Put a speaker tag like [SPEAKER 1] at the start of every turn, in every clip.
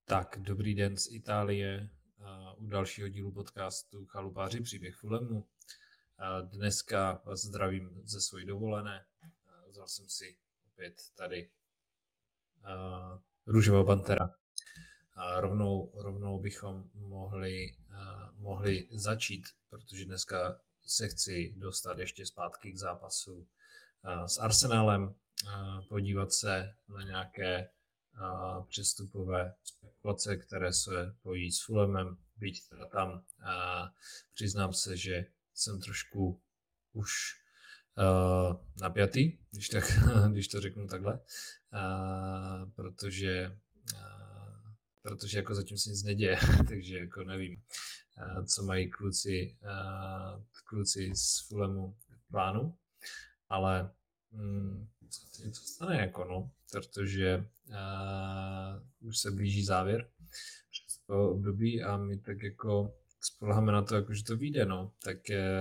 [SPEAKER 1] Tak, dobrý den z Itálie u dalšího dílu podcastu Chalupáři příběh Fulhamu. Dneska vás zdravím ze svojí dovolené. Vzal jsem si opět tady růžového pantera. Rovnou bychom mohli začít, protože dneska se chci dostat ještě zpátky k zápasu s Arsenalem, podívat se na nějaké přestupové spekulace, které se pojí s Fulhamem, byť teda tam přiznám se, že jsem trošku už napjatý, když to řeknu takhle, protože jako zatím se nic neděje, takže jako nevím, co mají kluci z Fulhamu v plánu, ale něco stane jako no, protože už se blíží závěr přes to období a my tak jako spoléháme na to, jako, že to vyjde, no, tak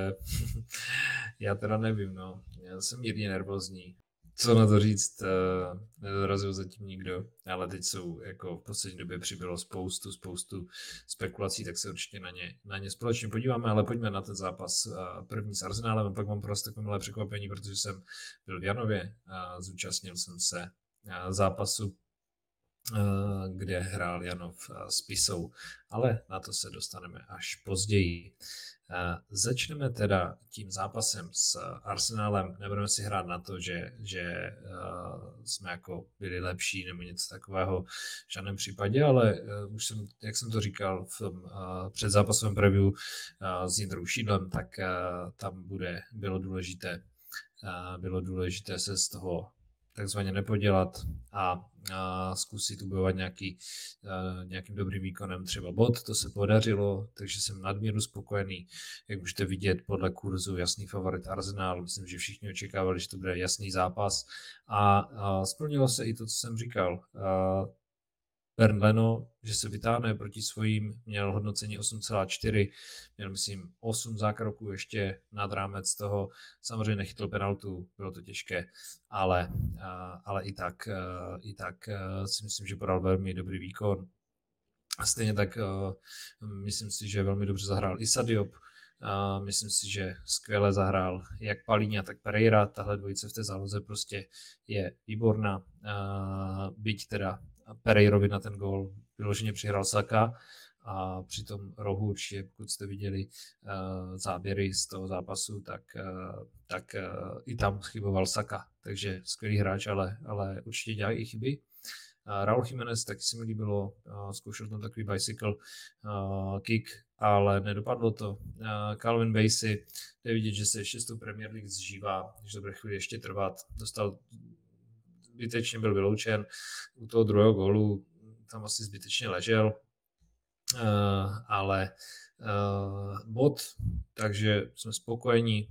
[SPEAKER 1] já teda nevím, no, já jsem mírně nervózní. Co na to říct, nedorazil zatím nikdo, ale teď jsou jako v poslední době přibylo spoustu spekulací, tak se určitě na ně společně podíváme, ale pojďme na ten zápas první s Arsenálem a pak mám prostě takové milé překvapení, protože jsem byl v Janově a zúčastnil jsem se zápasu, kde hrál Janov s Pisou, ale na to se dostaneme až později. Začneme teda tím zápasem s Arsenálem. Nebudeme si hrát na to, že jsme jako byli lepší nebo něco takového v žádném případě, ale už jsem, jak jsem to říkal v předzápasovém preview s Jindrou Šídlem, tak tam bylo důležité se z toho takzvaně nepodělat a zkusit ubojovat nějakým dobrým výkonem třeba bod. To se podařilo, takže jsem nadměru spokojený. Jak můžete vidět podle kurzu, jasný favorit Arsenal. Myslím, že všichni očekávali, že to bude jasný zápas a splnilo se i to, co jsem říkal. Bernd Leno, že se vytáhne proti svým, měl hodnocení 8,4, měl myslím 8 zákroků ještě nad rámec toho, samozřejmě nechytl penaltu, bylo to těžké, ale i tak si myslím, že podal velmi dobrý výkon. Stejně tak myslím si, že velmi dobře zahrál i Sadiop, myslím si, že skvěle zahrál jak Palhinha, tak Pereira, tahle dvojice v té záloze prostě je výborná, byť teda Pereirovi na ten gól vyloženě přihrál Saka a při tom rohu určitě, pokud jste viděli záběry z toho zápasu, tak i tam chyboval Saka, takže skvělý hráč, ale určitě dělá i chyby. Raúl Jiménez taky se mi líbilo, zkoušel tam takový bicycle kick, ale nedopadlo to. Calvin Bassey, je vidět, že se ještě s tou Premier League zžívá, že to bude chvíli ještě trvat. Zbytečně byl vyloučen u toho druhého gólu, tam asi zbytečně ležel, ale bod, takže jsme spokojení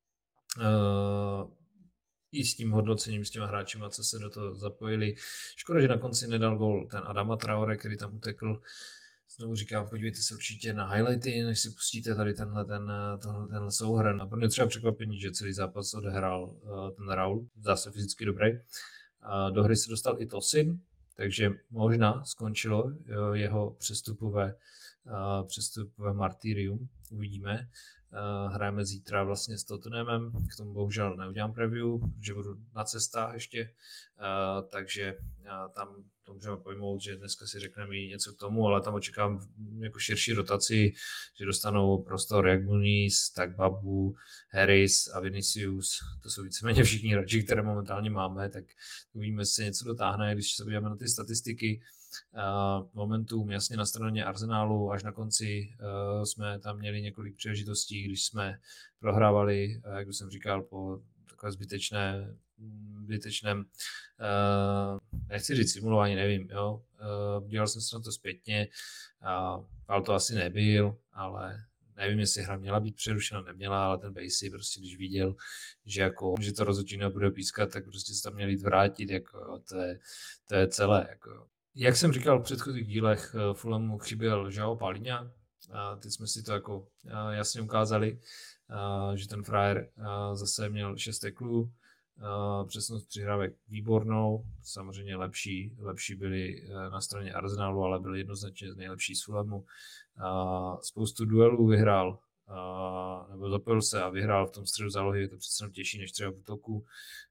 [SPEAKER 1] i s tím hodnocením, s těma hráčima, co se do toho zapojili. Škoda, že na konci nedal gól ten Adama Traore, který tam utekl. Znovu říkám, podívejte se určitě na highlighty, než si pustíte tady tenhle souhrn. A pro mě třeba překvapení, že celý zápas odehrál ten Raúl, zase fyzicky dobrý. Do hry se dostal i Tosin, takže možná skončilo jeho přestupové martyrium, uvidíme. Hrajeme zítra vlastně s Tottenhamem, k tomu bohužel neudělám preview, že budu na cestách ještě, takže tam to můžeme pojmout, že dneska si řekneme i něco k tomu, ale tam očekávám jako širší rotaci, že dostanou prostor jak Muniz, tak Babu, Harris a Vinicius, to jsou víceméně všichni hráči, které momentálně máme, tak uvidíme, jestli se něco dotáhne, když se podíváme na ty statistiky. Momentum jasně na straně Arsenálu, až na konci jsme tam měli několik příležitostí, když jsme prohrávali, jak už jsem říkal, po takové zbytečném nechci říct simulování, nevím, jo. Dělal jsem se na to zpětně, ale to asi nebyl, ale nevím, jestli hra měla být přerušena, neměla, ale ten Bassey prostě, když viděl, že to rozhodčí nebude pískat, tak prostě se tam měl jít vrátit, jako to je celé, jako. Jak jsem říkal v předchozích dílech, Fulhamu chyběl João Palhinha, teď jsme si to jako jasně ukázali, že ten frajer zase měl 6 teklů, přesnost přihrávek výbornou, samozřejmě lepší byli na straně Arsenalu, ale byli jednoznačně nejlepší z Fulhamu. Spoustu duelů vyhrál, nebo zapojil se a vyhrál v tom středu zálohy, je to přece těžší než třeba v útoku.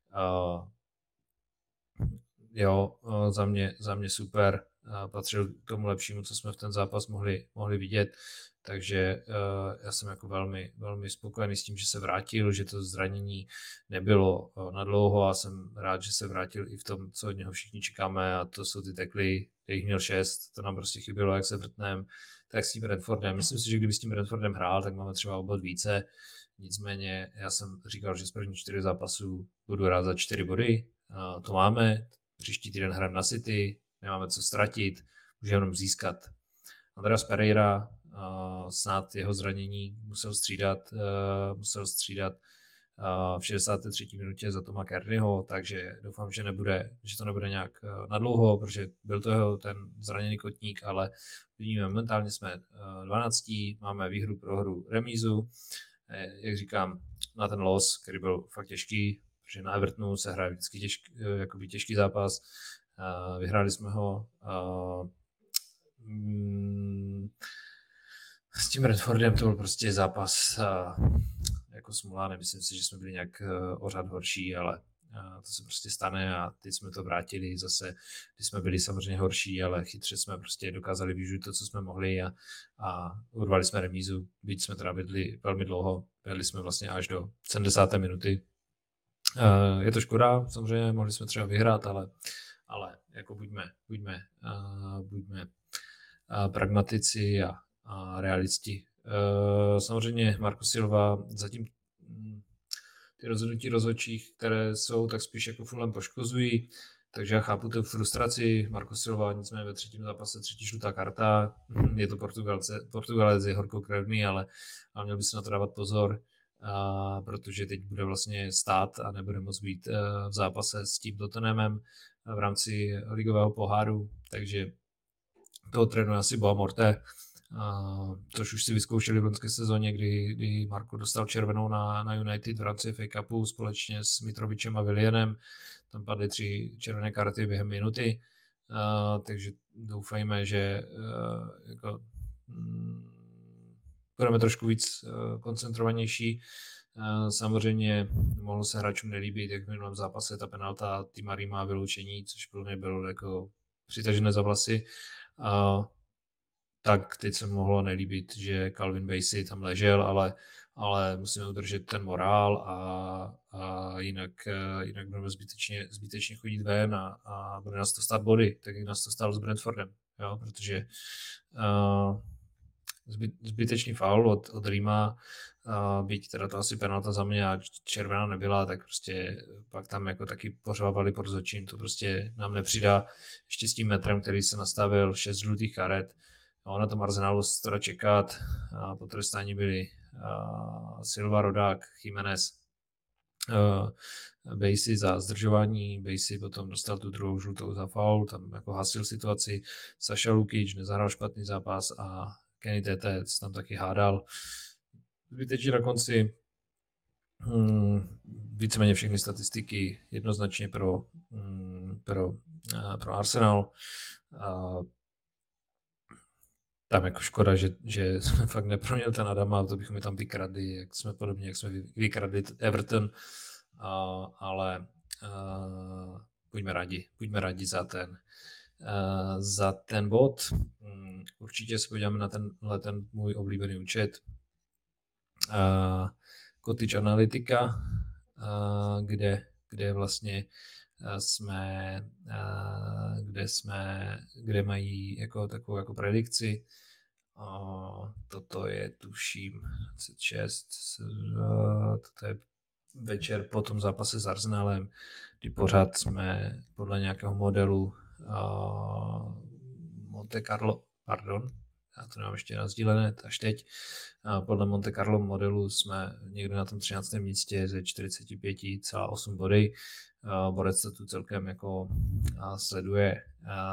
[SPEAKER 1] Jo, za mě super, patřil k tomu lepšímu, co jsme v ten zápas mohli vidět, takže já jsem jako velmi spokojený s tím, že se vrátil, že to zranění nebylo na dlouho a jsem rád, že se vrátil i v tom, co od něho všichni čekáme, a to jsou ty tekly, jich měl 6, to nám prostě chybělo, jak se vrtnem, tak s tím Brentfordem. Myslím si, že kdyby s tím Brentfordem hrál, tak máme třeba o bod více, nicméně já jsem říkal, že z prvních 4 zápasů budu rád za 4 body, to máme. Příští týden hrajeme na City, nemáme co ztratit, můžeme jenom získat. Andreas Pereira, snad jeho zranění musel střídat v 63. minutě za Toma Kearneyho, takže doufám, že to nebude nějak nadlouho, protože byl to jeho ten zraněný kotník, ale vidíme, momentálně jsme 12. máme výhru, prohru, remízu. Jak říkám, na ten los, který byl fakt těžký, protože na Evertonu se hraje vždycky těžký zápas. Vyhráli jsme ho. S tím Redfordem to byl prostě zápas jako smůla. Nemyslím si, že jsme byli nějak o řad horší, ale to se prostě stane a teď jsme to vrátili zase, když jsme byli samozřejmě horší, ale chytře jsme prostě dokázali využít to, co jsme mohli a urvali jsme remízu, byť jsme teda vedli velmi dlouho, vedli jsme vlastně až do 70. minuty. Je to škoda, samozřejmě mohli jsme třeba vyhrát, ale jako buďme pragmatici a realisti. Samozřejmě Marco Silva zatím ty rozhodnutí rozhodčích, které jsou, tak spíš jako Fulham poškozují, takže já chápu tu frustraci. Marco Silva nicméně ve 3. zápase 3. žlutá karta, je to Portugalec, je horkokrevný, ale měl by se na to dávat pozor, protože teď bude vlastně stát a nebude moct být v zápase s tím Tottenhamem v rámci ligového poháru, takže toho trénuje asi Boa Morte, což už si vyzkoušeli v loňské sezóně, kdy Marko dostal červenou na United v rámci FA Cupu společně s Mitrovičem a Willianem. Tam padly 3 červené karty během minuty, takže doufejme, že jako, budeme trošku víc koncentrovanější. Samozřejmě mohlo se hráčům nelíbit, jak v minulém zápase ta penalta Tima Rima vyloučení, což pro mě bylo jako přitažené za vlasy. Tak teď se mohlo nelíbit, že Calvin Bassey tam ležel, ale musíme udržet ten morál a jinak budeme zbytečně chodit ven a bude nás to stát body, tak jak nás to stálo s Brentfordem, jo, protože zbytečný faul od Rima, byť teda to asi penalta za mě a červená nebyla, tak prostě pak tam jako taky pořvávali pod rozhodčím, to prostě nám nepřidá ještě s tím metrem, který se nastavil 6 žlutých karet. No, na tom Arsenalu se teda čekat, potrestání byli Silva, Rodák, Jiménez, Bassey za zdržování, Bassey potom dostal tu druhou žlutou za faul, tam jako hasil situaci, Saša Lukic nezahrál špatný zápas a Kenny Tete tam taky hádal. Zbytečně na konci víceméně všechny statistiky jednoznačně pro Arsenal. Tam jako škoda, že jsme fakt neproměnili ten Adama, to bychom tam vykradli, jak jsme vykradli Everton, ale buďme rádi za ten bod. Určitě se podíváme na ten můj oblíbený účet Cottage Analytica, kde vlastně kde mají jako takovou jako predikci. Toto je tuším 26, toto je večer po tom zápase s Arsenalem, kdy pořád jsme podle nějakého modelu Monte Carlo, pardon, já to nemám ještě nasdílené až teď, podle Monte Carlo modelu jsme někde na tom 13. místě ze 45,8 body. Borec to tu celkem jako sleduje.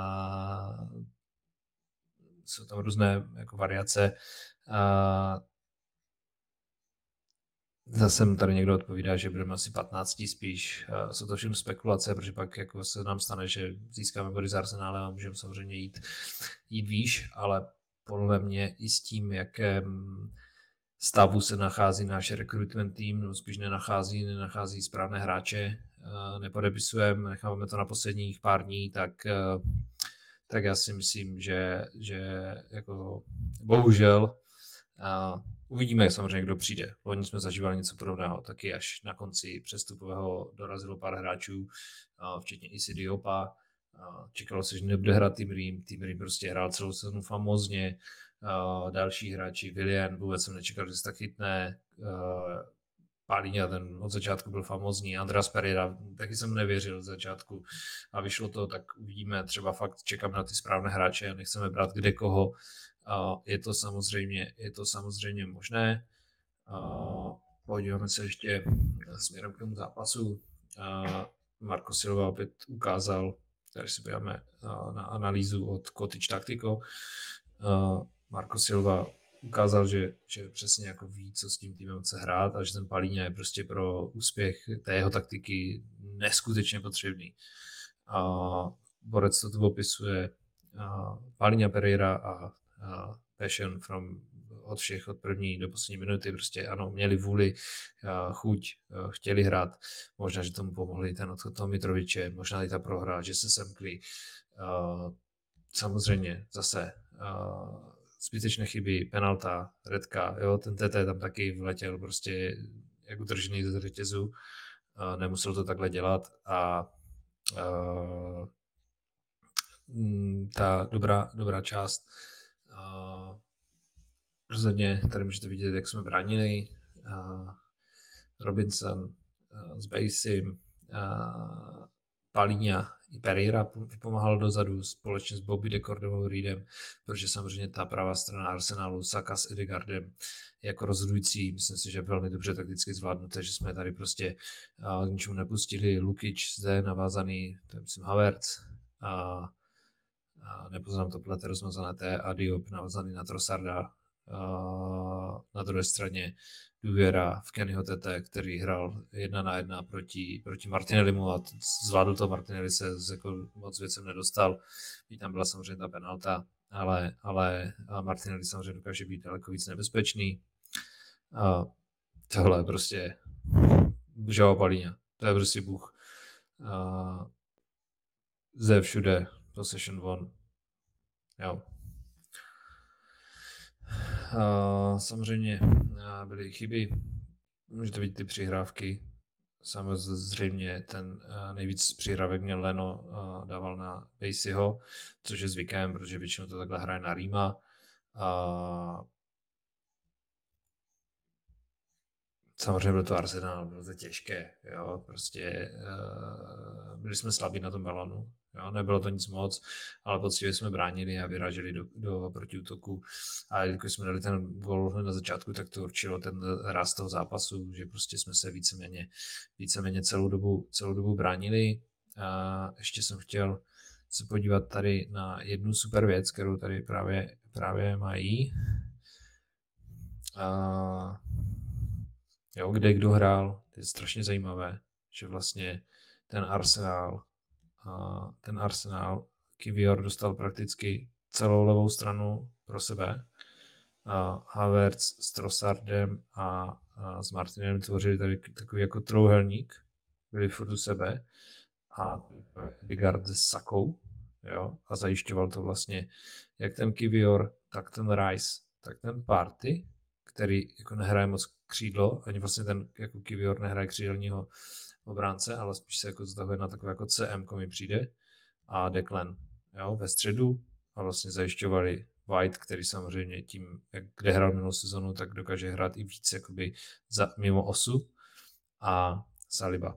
[SPEAKER 1] Jsou tam různé jako variace. Zase tady někdo odpovídá, že budeme asi 15 spíš. Jsou to všem spekulace, protože pak jako se nám stane, že získáme body z Arsenálem a můžeme samozřejmě jít výš, ale podle mě i s tím, jakém stavu se nachází náš recruitment tým, nebo spíš nenachází správné hráče, nepodepisujeme, necháváme to na posledních pár dní, tak já si myslím, že jako bohužel uvidíme samozřejmě, kdo přijde. Loni jsme zažívali něco podobného, taky až na konci přestupového dorazilo pár hráčů, včetně Issy Diopa. Čekalo se, že nebude hrát Tim Ream prostě hrál celou sezonu famózně. Další hráči, Willian, vůbec jsem nečekal, že se tak chytne. Palhinha, ten od začátku byl famózní, Andreas Pereira, taky jsem nevěřil od začátku a vyšlo to, tak uvidíme, třeba fakt čekám na ty správné hráče a nechceme brát kde koho. Je to samozřejmě možné. Podíváme se ještě směrem k tomu zápasu. Marco Silva opět ukázal, tady si podíváme na analýzu od Cottage Tactico. Marco Silva ukázal, že přesně jako ví, co s tím týmem chce hrát a že ten Palhinha je prostě pro úspěch té jeho taktiky neskutečně potřebný. Borec to tu opisuje, Palhinha, Pereira a passion od první do poslední minuty, prostě ano, měli vůli, chuť, chtěli hrát, možná, že tomu pomohli ten odchod toho Mitroviče, možná i ta prohra, že se semkli, samozřejmě zase zbytečné chyby, penalta, redka, jo, ten TT tam taky vletěl prostě jak utržený ze řetězu, nemusel to takhle dělat a ta dobrá část, rozhodně tady můžete vidět, jak jsme bránili, Robinson s Basim, Palhinha i Pereira pomáhal dozadu společně s Bobby Dekordovou Reedem, protože samozřejmě ta pravá strana Arsenalu, Saka s Ødegaardem jako rozhodující, myslím si, že velmi dobře takticky zvládnuté, že jsme tady prostě k ničemu nepustili. Lukic zde navázaný, to je myslím Havertz, nepoznám to plete rozmazané té a Diop navázaný na Trossarda. Na druhé straně důvěra v Kennyho Tete, který hrál 1-1 proti Martinellimu a zvládl to. Martinelli se jako moc věcem nedostal. I tam byla samozřejmě ta penalta, ale Martinelli samozřejmě dokáže být daleko víc nebezpečný. Tohle je prostě João Palhinha. To je prostě bůh. Ze všude possession won. Jo. Samozřejmě byly chyby, můžete vidět ty přihrávky, samozřejmě ten nejvíc přihrávek měl Leno, dával na Baseyho, což je zvykem, protože většinou to takhle hraje na Rima. Samozřejmě byl to Arsenal, bylo to těžké, jo, prostě byli jsme slabí na tom balonu, jo, nebylo to nic moc, ale poctivě jsme bránili a vyráželi do protiútoku a když jsme dali ten gól na začátku, tak to určilo ten ráz toho zápasu, že prostě jsme se víceméně celou dobu bránili. A ještě jsem chtěl se podívat tady na jednu super věc, kterou tady právě mají. Jo, kde kdo hrál, je strašně zajímavé, že vlastně ten Arsenal, Kivior dostal prakticky celou levou stranu pro sebe. Havertz s Trossardem a s Martinem tvořili tady takový jako trouhelník, byli furt u sebe a Ødegaard s Sakou, jo, a zajišťoval to vlastně jak ten Kivior, tak ten Rice, tak ten Partey, který jako nehraje moc křídlo, ani vlastně ten jako Kivior nehraje křídelního obránce, ale spíš se jako zahuje na takové jako CM, mi přijde, a Declan, jo, ve středu a vlastně zajišťovali White, který samozřejmě tím, kde hrál minulou sezonu, tak dokáže hrát i víc jakoby mimo osu, a Saliba.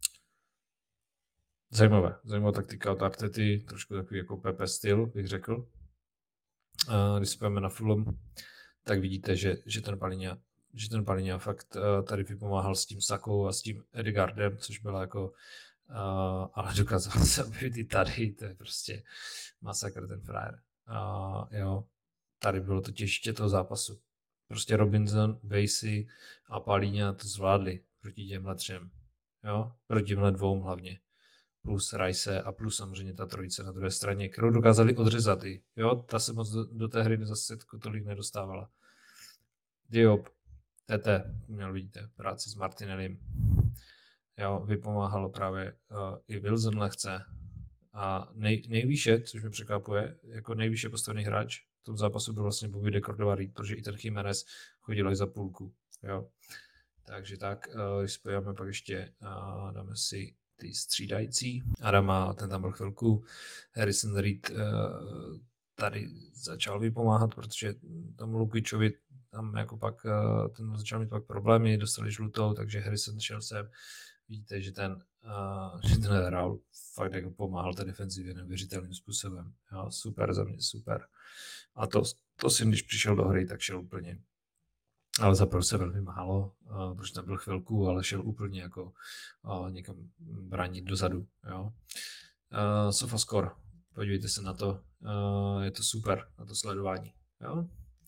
[SPEAKER 1] Zajímavá taktika od Artety, trošku takový jako Pepe styl, bych řekl. Když se pojďme na Fulham, tak vidíte, že ten Palhinha fakt tady vypomáhal s tím Sakou a s tím Ødegaardem, což byla jako, ale dokázal se objevit i tady, to je prostě masakr ten frajer. Jo, tady bylo to těžiště toho zápasu. Prostě Robinson, Basie a Palíňa to zvládli proti těmhle třem. Jo? Proti těmhle dvou hlavně. Plus Rice a plus samozřejmě ta trojice na druhé straně, kterou dokázali odřezat i. Jo? Ta se moc do té hry zase tolik nedostávala. Diop, Tete, měl vidíte, práci s Martinellim. Jo, vypomáhalo právě i Wilson lehce. A nejvýše, což mě překvapuje, jako nejvýše postavený hráč v tom zápasu byl vlastně Bobby de Cordova Reid, protože i ten Jiménez chodil až za půlku. Jo. Takže tak, když spojíme pak ještě, dáme si ty střídající. Adama, ten tam byl chvilku. Harrison Reed tady začal vypomáhat, protože tomu Lukičovi tam jako pak ten začal mít pak problémy, dostali žlutou, takže Harrison šel sem. Vidíte, že ten hrál fakt jako pomáhal té defenzivě neuvěřitelným způsobem. Jo, super za mě, super. A to si, když přišel do hry, tak šel úplně. Ale zaprvé se velmi málo, protože tam byl chvilku, ale šel úplně jako někam bránit dozadu. Jo. Sofascore, podívejte se na to, je to super na to sledování. Jo.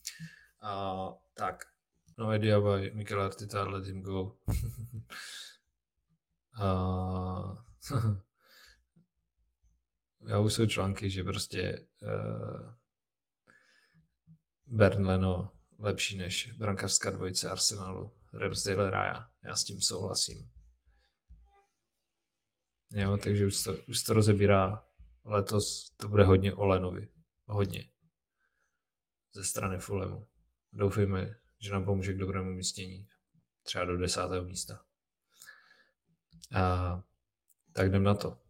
[SPEAKER 1] Tak, no idea by Mikel Arteta, let him go. Já už jsou články, že prostě Bernd Leno lepší než brankářská dvojice Arsenalu, Ramsdale Raya. Já s tím souhlasím. Jo, takže už to rozebírá. Letos to bude hodně o Lenovi. Hodně. Ze strany Fulhamu. Doufejme, že nám pomůže k dobrému místění. Třeba do 10. místa. Tak jdem na to.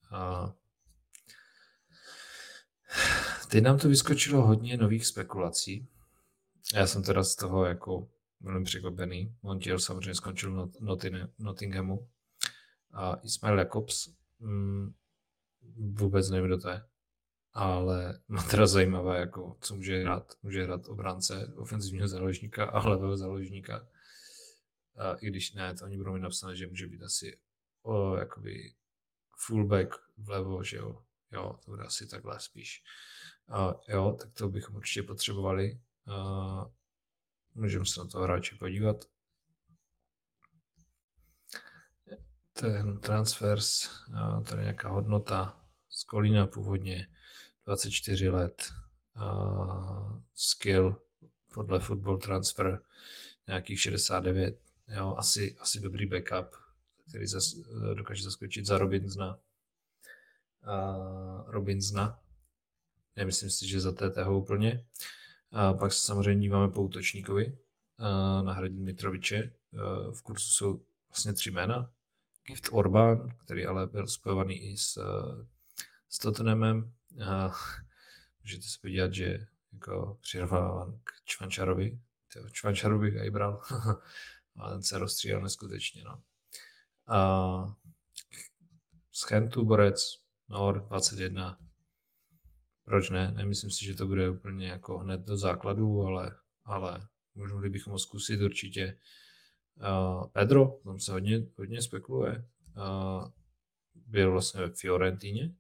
[SPEAKER 1] Teď nám to vyskočilo hodně nových spekulací. Já jsem teda z toho jako velmi překvapený. Montiel samozřejmě skončil Nottinghamu. A Ismail Jakobs, vůbec nevím, kdo to je. Ale má teda zajímavé, jako, co může hrát. Může hrát obránce, ofenzivního záložníka a levého záložníka. I když ne, to oni budou mi napsané, že může být asi jakoby fullback vlevo, že jo. Jo, to bude asi takhle spíš. Jo, tak to bychom určitě potřebovali. Můžeme se na toho hráče podívat. Ten transfers, tady nějaká hodnota z Kolína původně 24 let. Skill podle Football Transfer nějakých 69. Jo, asi dobrý backup, který dokáže zaskočit za Robinsona. Nemyslím si, že za TTH úplně. Pak se samozřejmě díváme po útočníkovi. Nahradit Mitroviče. V kurzu jsou vlastně 3 jména. Gift Orban, který ale byl spojovaný i s Tottenhamem. Můžete se podívat, že jako přirovnávám k Čvančarovi. Čvančaru bych aj bral. A ten se rozstřílel neskutečně. No. Z Chentu borec, Nor 21. Proč ne? Nemyslím si, že to bude úplně jako hned do základu, ale mohli bychom ho zkusit určitě. Pedro, tam se hodně spekuluje. Byl vlastně ve Fiorentině.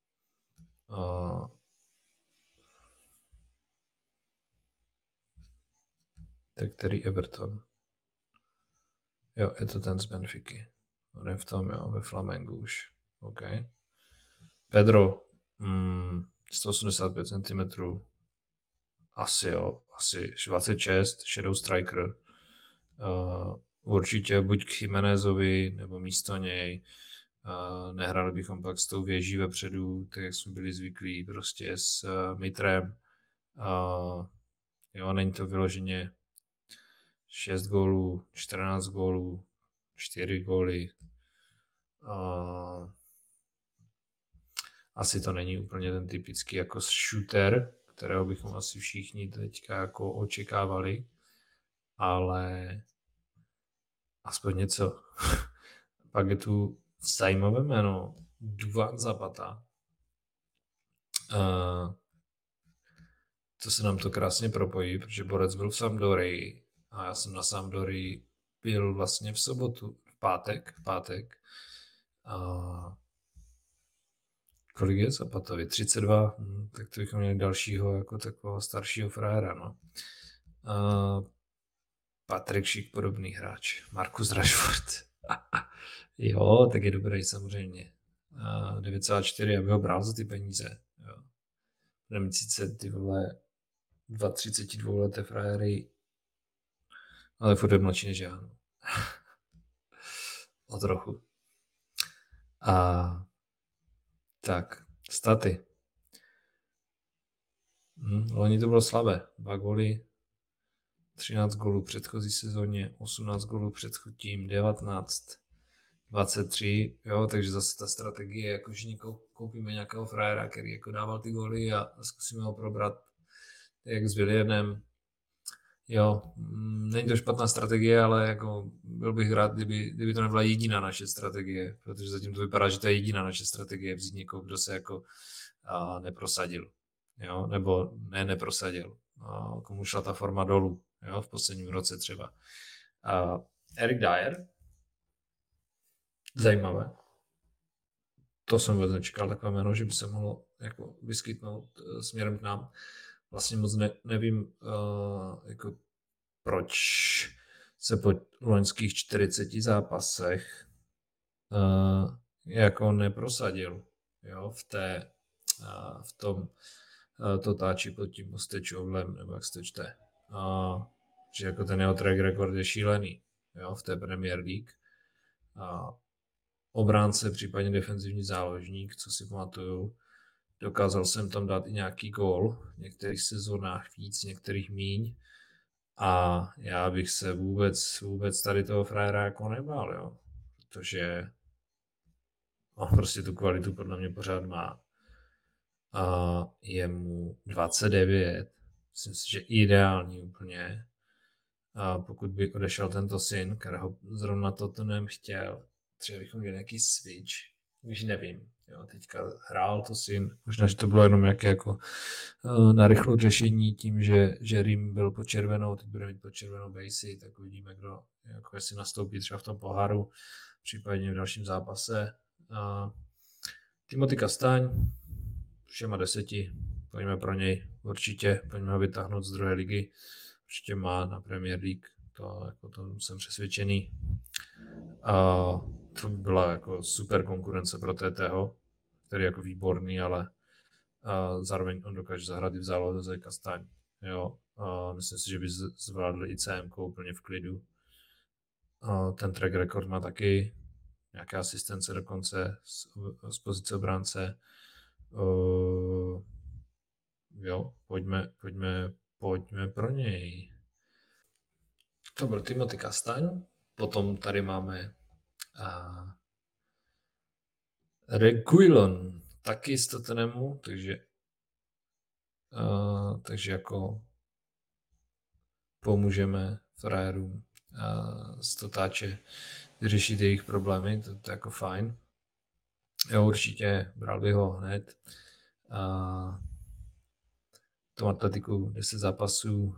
[SPEAKER 1] Tak který Everton? Jo, je to ten z Benfiky. On je v tom, jo, ve Flamengu už. OK. Pedro, 185 cm. Asi 26, shadow striker. Určitě buď k Jiménezovi, nebo místo něj. Nehrali bychom pak s tou věží vepředu, tak jak jsme byli zvyklí, prostě s Mitrem. Jo, není to vyloženě 6 gólů, 14 gólů, 4 góly. Asi to není úplně ten typický jako shooter, kterého bychom asi všichni teďka jako očekávali, ale aspoň něco. Pak je tu zajímavé jméno Duvan Zapata. To se nám to krásně propojí, protože borec byl v Sampdorii a já jsem na Sampdorii byl vlastně v sobotu, v pátek. Kolik je Zapatovi? 32? Tak to bychom měli dalšího jako takového staršího frajera, no. Patrik Schick podobný hráč. Marcus Rashford. Jo, tak je dobrý samozřejmě. 9,4, aby ho bral za ty peníze. Jo. Budeme mít sice ty vole 32 leté frajery, ale furt je mladší než já. No. O trochu. A tak, staty. Loni to bylo slabé. 2 góly, 13 gólů v předchozí sezóně, 18 gólů před chutím, 19, 23, jo, takže zase ta strategie, jako že koupíme nějakého frajera, který jako dával ty góly a zkusíme ho probrat jak s Williamem. Jo, není to špatná strategie, ale jako byl bych rád, kdyby to nebyla jediná naše strategie, protože zatím to vypadá, že to je jediná naše strategie vzít někoho, kdo se jako neprosadil, jo, nebo neprosadil, komu šla ta forma dolů, jo, v posledním roce třeba. Eric Dyer, zajímavé. To jsem vůbec nečekal, takové jméno, že by se mohlo jako vyskytnout směrem k nám. Vlastně moc nevím, jako proč se po loňských 40 zápasech jako neprosadil, jo, v tom totáči pod tím Postečovlem, nebo jak se to čte. Že jako ten jeho track record je šílený, jo, v té Premier League. Obránce, případně defenzivní záložník, co si pamatuju. Dokázal jsem tam dát i nějaký gól, v některých sezónách víc, některých míň. A já bych se vůbec tady toho frajera jako nebál, jo. Protože on prostě tu kvalitu podle mě pořád má. A je mu 29. Myslím si, že ideální úplně. A pokud by odešel tento syn, kterého zrovna Tottenham chtěl, třeba bychom měli nějaký switch, už nevím. Jo, teďka hrál to syn, možná, že to bylo jenom nějaké jako narychlo řešení tím, že Rým byl pod červenou, teď bude mít pod červenou Basie, tak uvidíme, kdo jako jestli nastoupí třeba v tom poháru, případně v dalším zápase. Timothy Kastaň, všema 10, pojďme pro něj určitě, pojďme ho vytáhnout z druhé ligy, určitě má na Premier League, to jsem přesvědčený. To by byla jako super konkurence pro TTho, který je jako výborný, ale zároveň on dokáže zahrát i v záloze Kastaň. Jo. Myslím si, že by zvládl i CMK úplně v klidu. Ten track record má taky nějaké asistence dokonce z pozice obránce. Jo, pojďme pro něj. To byl Timothy Kastaň. Potom tady máme Reguilon, taky z Tottenhamu, takže jako pomůžeme frajerům z Totáče vyřešit jejich problémy, to je jako fajn. Jo, určitě, bral bych ho hned. V tom Atletiku 10 zápasů,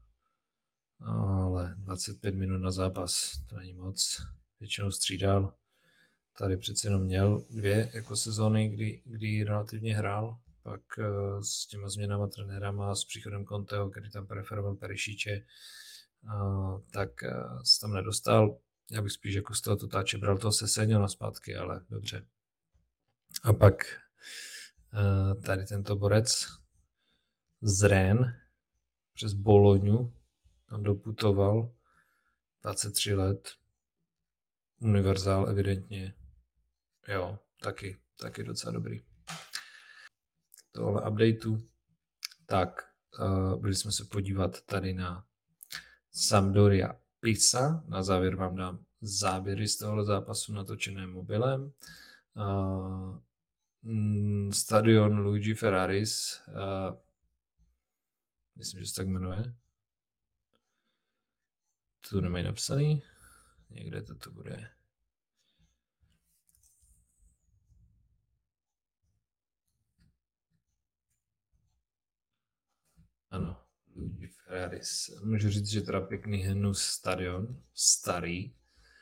[SPEAKER 1] ale 25 minut na zápas, to není moc, většinou střídal. Tady přece jenom měl 2 jako sezóny, kdy relativně hrál, pak s těma změnama trenérama a s příchodem Conteho, který tam preferoval Perišiče, tak se tam nedostal. Já bych spíš jako z toho Totáče bral toho Seseňo na zpátky, ale dobře. A pak tady tento borec z Rennes přes Bolognu tam doputoval, 23 let, univerzál evidentně, jo, taky docela dobrý. Tohle updateu, tak byli jsme se podívat tady na Sampdoria Pisa, na závěr vám dám záběry z tohohle zápasu natočené mobilem. Stadion Luigi Ferraris, myslím, že se tak jmenuje. Tu nemají napsaný, někde to bude. Ano, Luigi Ferraris. Můžu říct, že teda pěkný hnus stadion, starý.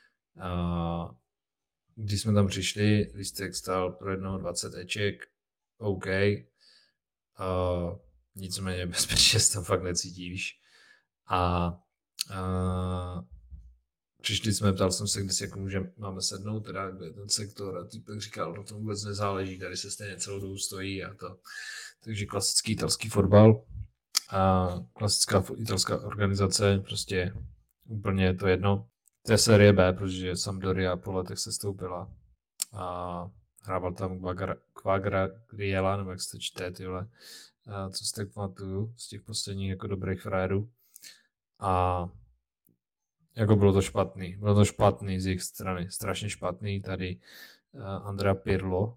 [SPEAKER 1] Když jsme tam přišli, lístek stál pro jednoho 20 eček, OK. Nicméně bezpečně se tam fakt necítíš. A Přišli jsme, ptal jsem se, kde si jako máme sednout, teda kde je ten sektor, a týpek říkal, no to vůbec nezáleží, tady se stejně celou dobu stojí a to. Takže klasický italský fotbal a klasická italská organizace, prostě úplně je to jedno. To je série B, protože Sampdoria po letech se stoupila a hrával tam Quagliarella, nebo jak se to čte, tyhle, co si tak pamatuju z těch posledních jako dobrých frajerů. A jako bylo to špatný z jejich strany, strašně špatný. Tady Andrea Pirlo,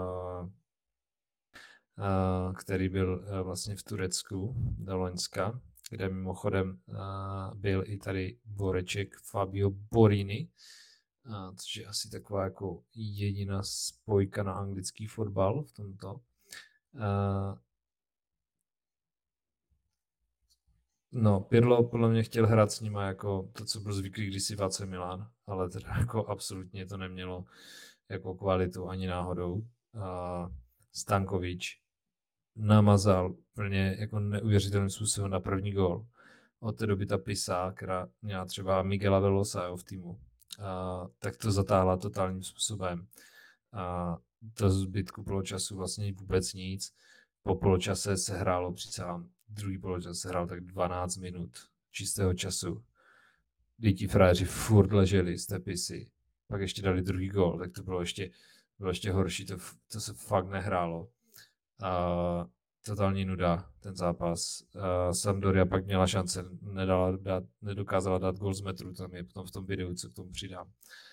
[SPEAKER 1] který byl vlastně v Turecku do Loňska, kde mimochodem byl i tady boreček Fabio Borini, což je asi taková jako jediná spojka na anglický fotbal v tomto. No, Pirlo podle mě chtěl hrát s nima jako to, co byl zvyklý kdysi v AC Milan, ale teda jako absolutně to nemělo jako kvalitu ani náhodou. Stankovič namazal plně jako neuvěřitelným způsobem na první gól. Od té doby ta Pisa, která měla třeba Miguela Velosa v týmu, tak to zatáhla totálním způsobem. Do zbytku poločasu vlastně vůbec nic. Po poločase se hrálo při druhý poločas se hrál tak 12 minut čistého času. Kdy ti frajeři furt leželi z té Pisy. Pak ještě dali druhý gól, tak to bylo ještě horší. To se fakt nehrálo. Totální nuda, ten zápas. Sampdoria pak měla šance, nedokázala dát gól z metru, tam je potom v tom videu, co k tomu přidám.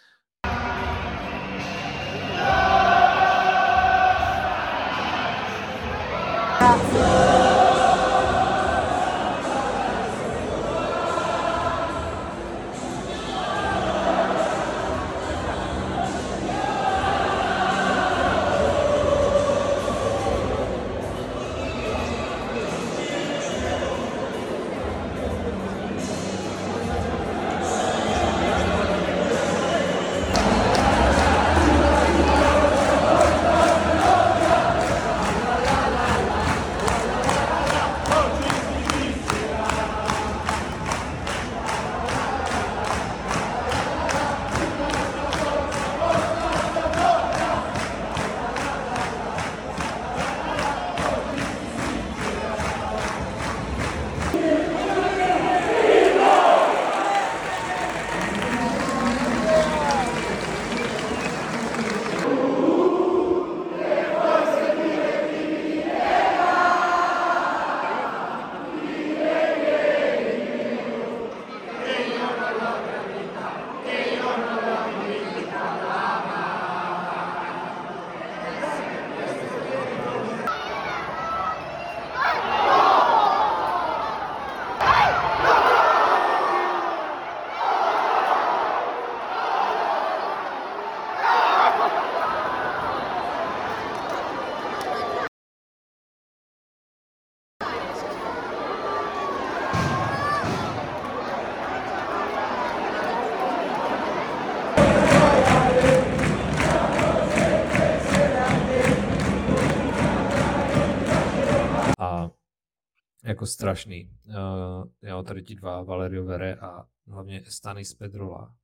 [SPEAKER 1] Jako strašný. Jo, tady ti dva, Valerio Vere a hlavně Stanis Pedrola,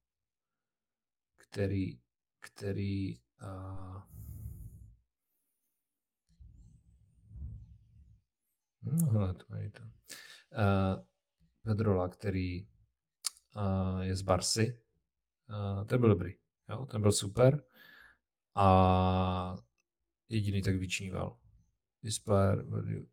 [SPEAKER 1] který hele, to je to. Pedrola, který je z Barsy, ten byl dobrý, jo, ten byl super a jediný tak vyčníval. Displayer,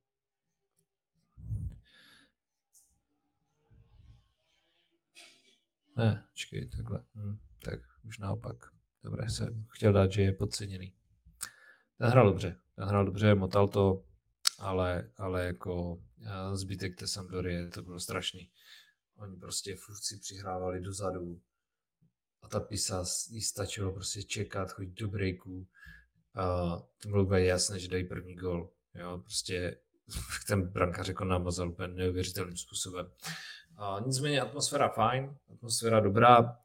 [SPEAKER 1] ne, čekej, takhle. Tak už naopak. Dobré, jsem chtěl dát, že je podceněný. Ten hrál dobře, motal to, ale jako zbytek té Sampdorie, to bylo strašný. Oni prostě furt si přihrávali dozadu a ta Pisa jí stačilo prostě čekat, chodit do breaku. To bylo úplně jasné, že dají první gól. Jo, prostě ten brankář jako namazal úplně neuvěřitelným způsobem. Nicméně atmosféra fajn, atmosféra dobrá,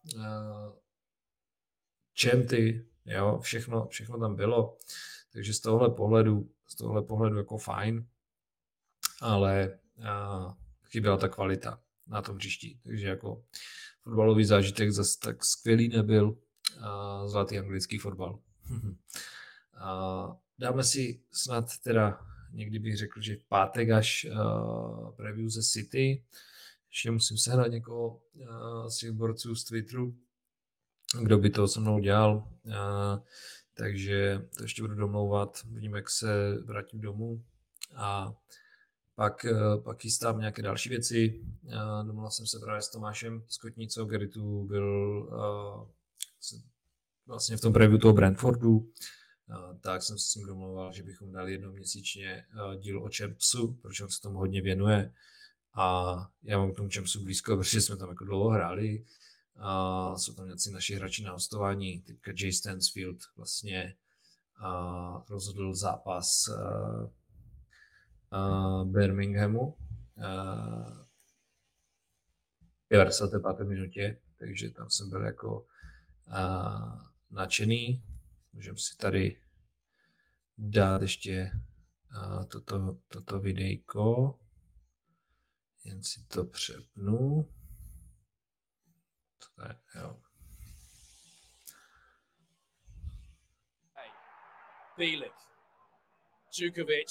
[SPEAKER 1] čenty, jo, všechno tam bylo, takže z tohle pohledu jako fajn, ale chyběla ta kvalita. na tom hřišti. Takže jako fotbalový zážitek zase tak skvělý nebyl. Zlatý anglický fotbal. Dáme si snad teda, někdy bych řekl, že v pátek až preview ze City. Ještě musím sehnat někoho z těch borců z Twitteru, kdo by to se mnou dělal. Takže to ještě budu domlouvat. Vidím, jak se vrátím domů. A pak chystám nějaké další věci. Domluvil jsem se právě s Tomášem Skotnicou, který tu byl vlastně v tom preview toho Brentfordu. Tak jsem se s ním domlouval, že bychom dali jednoměsíčně díl o Champsu, protože on se tomu hodně věnuje. A já mám k tomu Champsu blízko, protože jsme tam jako dlouho hráli. Jsou tam nějací naši hráči na hostování. Teďka Jay Stansfield vlastně rozhodl zápas Birminghamu v 55. minutě, takže tam jsem byl jako nadšený. Můžeme si tady dát ještě toto videjko. Jen si to přepnu. To je, jo.
[SPEAKER 2] Bielik, Djukovic,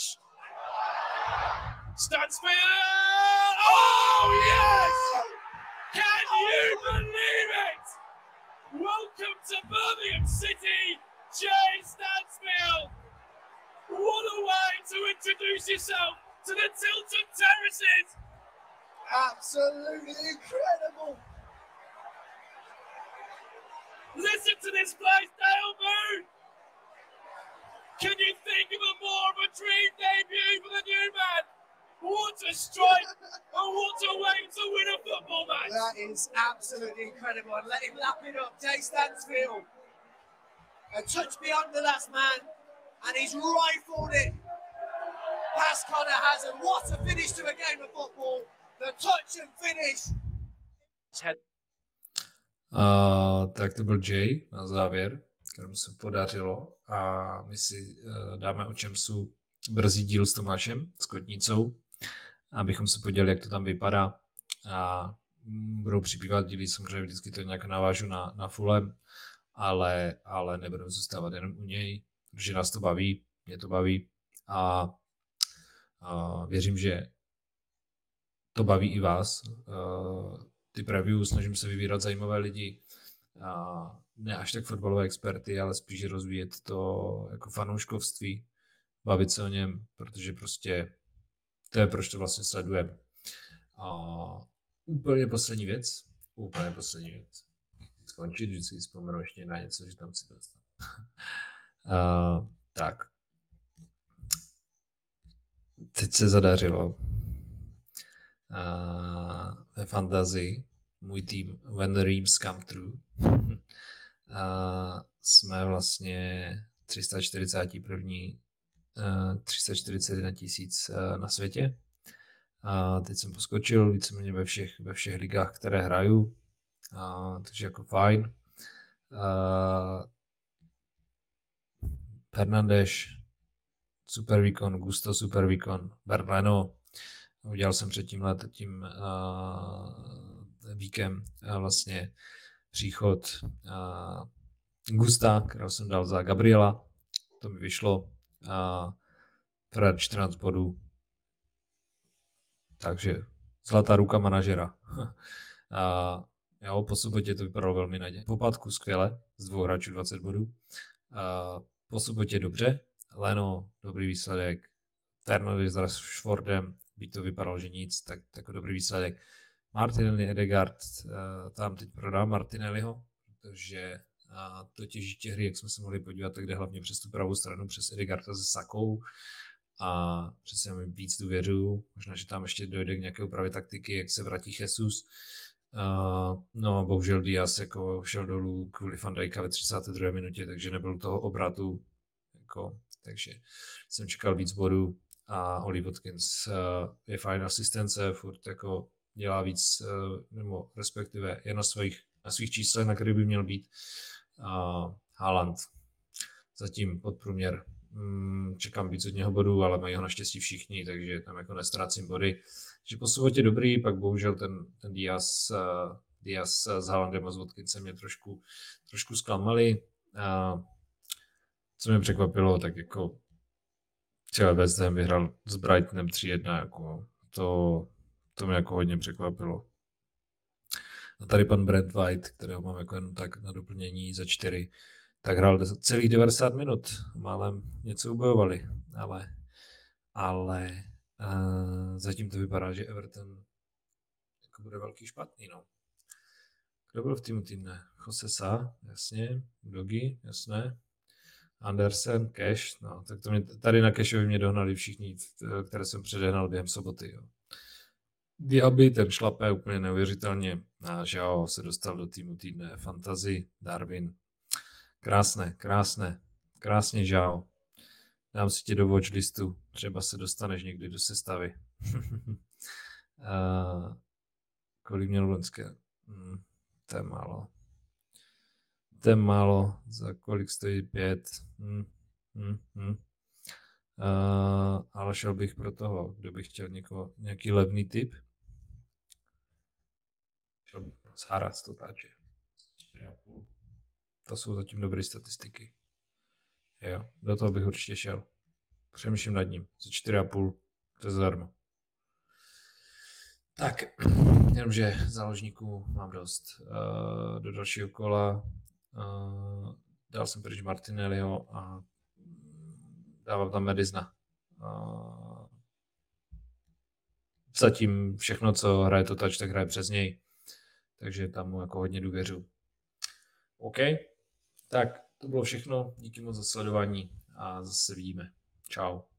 [SPEAKER 2] Stansfield! Oh yes! Can you believe it? Welcome to Birmingham City, Jay Stansfield. What a way to introduce yourself to the Tilton Terraces!
[SPEAKER 3] Absolutely incredible!
[SPEAKER 2] Listen to this place, Dale Moon! Can you think of a more of a dream debut for the new man? What a strike and what a way to win a football match!
[SPEAKER 3] That is absolutely incredible. And let him lap it up, Jay Stansfield. A touch beyond the last man, and he's rifled it past Conor Hazard. What a finish to a game of football. The touch and finish.
[SPEAKER 1] Tak to byl Jay na závěr, kterému se podařilo, a my si dáme o Champsu brzy díl s Tomášem, s Kotnicou, abychom se podívali, jak to tam vypadá, a budou přibývat díly, samozřejmě vždycky to nějak navážu na Fulham, ale nebudeme zůstávat jenom u něj, protože nás to baví, mě to baví a věřím, že to baví i vás. Ty preview snažím se vybírat zajímavé lidi, ne až tak fotbalové experty, ale spíš rozvíjet to jako fanouškovství, bavit se o něm, protože prostě to je, proč to vlastně sledujeme. Úplně poslední věc. Skončit, vždycky vzpomenu ještě na něco, že tam si to dostanu. Tak. Teď se zadařilo. Ve fantazii můj tým When the Dreams Come True. Jsme vlastně 341 tisíc na světě. Teď jsem poskočil víceméně ve všech ligách, které hraju, takže jako fajn. Fernandes, super výkon, Gusto, super výkon, Berleno, udělal jsem před tím víkem vlastně příchod Gusta, kterého jsem dal za Gabriela, to mi vyšlo, Fred 14 bodů, takže zlatá ruka manažera. Jo, po sobotě to vypadalo velmi nadějně. Po pátku skvěle, z 2 hráčů 20 bodů. Po sobotě dobře, Leno, dobrý výsledek, Fernandes s Rashfordem, byť to vypadalo, že nic, tak jako dobrý výsledek. Martinelli, Ødegaard, tam teď prodám Martinelliho, protože to těžití hry, jak jsme se mohli podívat, tak jde hlavně přes tu pravou stranu, přes Ødegaarda se Sakou, a přece jim víc důvěřuju, možná, že tam ještě dojde k nějaké úpravě taktiky, jak se vrátí Jesus. No, bohužel Diaz jako šel dolů kvůli Van Dijka ve 32. minutě, takže nebyl toho obratu, jako, takže jsem čekal víc bodů, a Oli Watkins je fajn asistence, furt jako dělá víc, nebo respektive je na svých číslech, na který by měl být. Haaland zatím podprůměr čekám víc od něho bodů, ale mají ho naštěstí všichni, takže tam jako nestrácím body. Takže po sobotě dobrý, pak bohužel ten Diaz s Haalandem a s Watkinsem mě trošku zklamali. Co mě překvapilo, tak jako třeba West Ham vyhrál s Brightonem 3-1, jako to mě jako hodně překvapilo. A tady pan Brad White, kterého mám jako jen tak na doplnění za 4, tak hrál celých 90 minut. Málem něco ubojovali, ale zatím to vypadá, že Everton jako bude velký špatný, no. Kdo byl v týdne? Josesa, jasně, Dogi, jasné. Andersen, Cash, no, tak to mě, tady na Cashovi mě dohnali všichni, které jsem předehnal během soboty, jo. Diaby, ten šlape úplně neuvěřitelně. A Žao se dostal do týmu týdne. Fantasy, Darwin. Krásně Žao. Dám si tě do watchlistu. Třeba se dostaneš někdy do sestavy. Kolik měl loňské? To je málo. Za kolik stojí 5? Ale šel bych pro toho, kdo by chtěl nějaký levný tip. Šel bych pro Saras, to táče. 4,5. To jsou zatím dobré statistiky. Jo, do toho bych určitě šel. Přemýšlím nad ním. Za 4,5, to je zadarmo. Tak, jenomže záložníků mám dost. Do dalšího kola dal jsem pryč Martinelliho a dávám tam Madisona. Zatím všechno, co hraje to touch, tak hraje přes něj. Takže tam mu jako hodně důvěřuji. OK, tak to bylo všechno. Díky moc za sledování a zase vidíme. Čau.